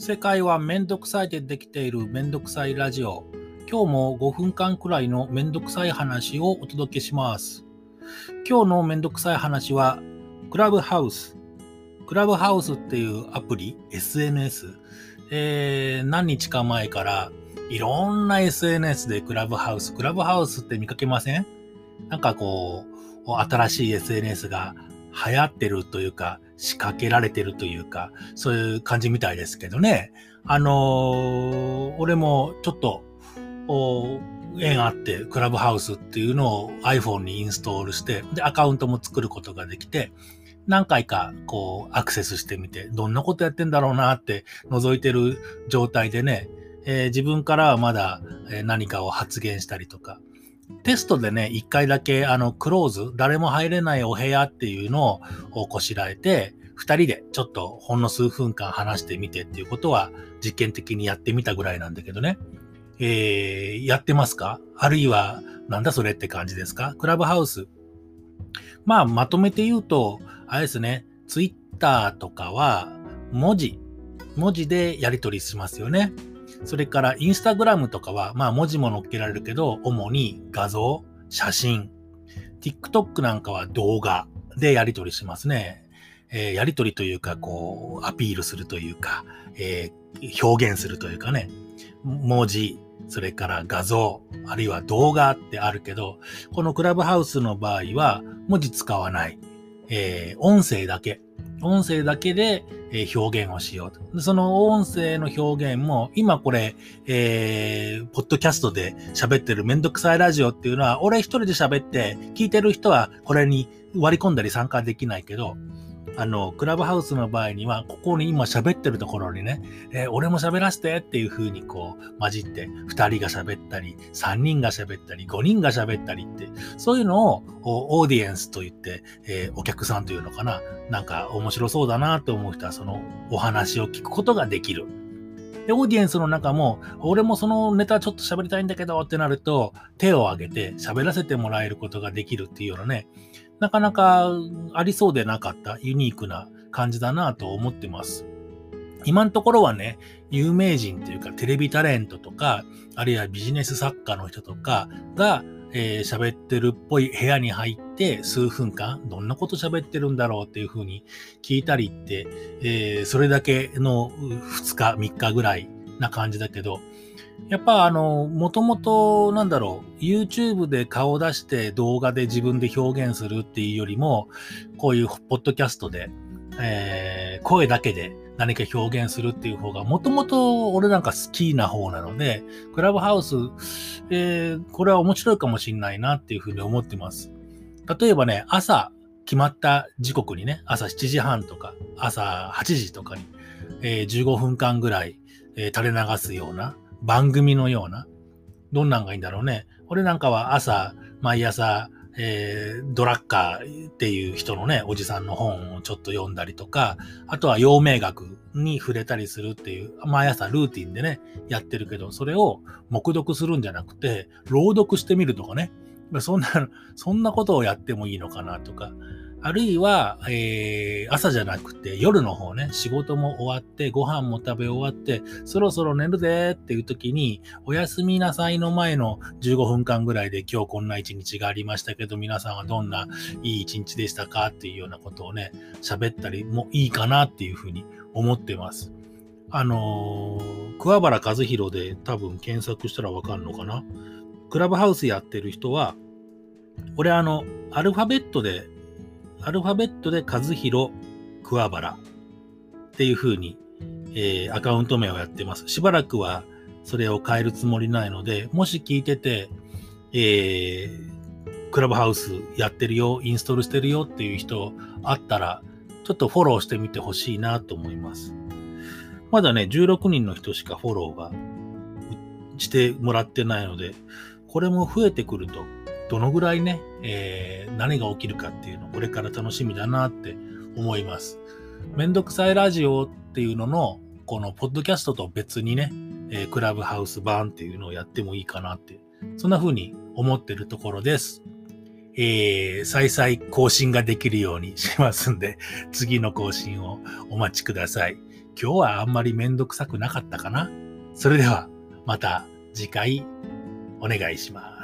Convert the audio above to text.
世界はめんどくさいでできているめんどくさいラジオ。今日も5分間くらいのめんどくさい話をお届けします。今日のめんどくさい話はクラブハウス。クラブハウスっていうアプリ、SNS。何日か前からいろんな SNS でクラブハウスって見かけません？なんか新しい SNS が流行ってるというか、仕掛けられてるというか、そういう感じみたいですけどね。俺もちょっと、縁あって、クラブハウスっていうのを iPhone にインストールして、で、アカウントも作ることができて、何回かアクセスしてみて、どんなことやってんだろうなって覗いてる状態でね、自分からはまだ何かを発言したりとか、テストでね、一回だけクローズ、誰も入れないお部屋っていうのをこしらえて、二人でちょっとほんの数分間話してみてっていうことは実験的にやってみたぐらいなんだけどね。やってますか？あるいは、なんだそれって感じですか？クラブハウス。まとめて言うと、あれですね、ツイッターとかは文字でやり取りしますよね。それからインスタグラムとかは、文字も載っけられるけど、主に画像、写真。TikTok なんかは動画でやり取りしますね。やり取りというか、アピールするというか、表現するというかね。文字、それから画像、あるいは動画ってあるけど、このクラブハウスの場合は、文字使わない。音声だけで表現をしようと。その音声の表現も、今これ、ポッドキャストで喋ってるめんどくさいラジオっていうのは、俺一人で喋って、聞いてる人はこれに割り込んだり参加できないけど、クラブハウスの場合には、ここに今喋ってるところにね、俺も喋らせてっていう風に混じって、2人が喋ったり、3人が喋ったり、5人が喋ったりって、そういうのをオーディエンスと言って、お客さんというのかな、なんか面白そうだなと思う人はそのお話を聞くことができる。で、オーディエンスの中も、俺もそのネタちょっと喋りたいんだけどってなると、手を挙げて喋らせてもらえることができるっていうようなね、なかなかありそうでなかったユニークな感じだなと思ってます。今のところはね、有名人というかテレビタレントとか、あるいはビジネス作家の人とかが喋ってるっぽい部屋に入って数分間どんなこと喋ってるんだろうっていう風に聞いたりって、それだけの2日3日ぐらいな感じだけど、やっぱもともとYouTube で顔を出して動画で自分で表現するっていうよりも、こういうポッドキャストで、声だけで何か表現するっていう方がもともと俺なんか好きな方なので、クラブハウス、これは面白いかもしれないなっていうふうに思ってます。例えばね、朝決まった時刻にね、朝7時半とか朝8時とかに、15分間ぐらい、垂れ流すような番組のような、どんなんがいいんだろうね。俺なんかは毎朝、ドラッカーっていう人のね、おじさんの本をちょっと読んだりとか、あとは陽明学に触れたりするっていう、毎朝ルーティンでね、やってるけど、それを黙読するんじゃなくて、朗読してみるとかね。そんなことをやってもいいのかなとか。あるいは、朝じゃなくて夜の方ね、仕事も終わって、ご飯も食べ終わって、そろそろ寝るでっていう時に、おやすみなさいの前の15分間ぐらいで今日こんな一日がありましたけど、皆さんはどんないい一日でしたかっていうようなことをね、喋ったりもいいかなっていうふうに思ってます。桑原和弘で多分検索したらわかんのかな。クラブハウスやってる人は、俺アルファベットで和弘桑原っていう風に、アカウント名をやってます。しばらくはそれを変えるつもりないので、もし聞いてて、クラブハウスやってるよ、インストールしてるよっていう人あったら、ちょっとフォローしてみてほしいなと思います。まだね、16人の人しかフォローがしてもらってないので、これも増えてくると、どのぐらいね、何が起きるかっていうのこれから楽しみだなって思います。めんどくさいラジオっていうののこのポッドキャストと別にね、クラブハウス版っていうのをやってもいいかなってそんな風に思ってるところです。再々更新ができるようにしますんで次の更新をお待ちください。 今日はあんまりめんどくさくなかったかな。それではまた次回お願いします。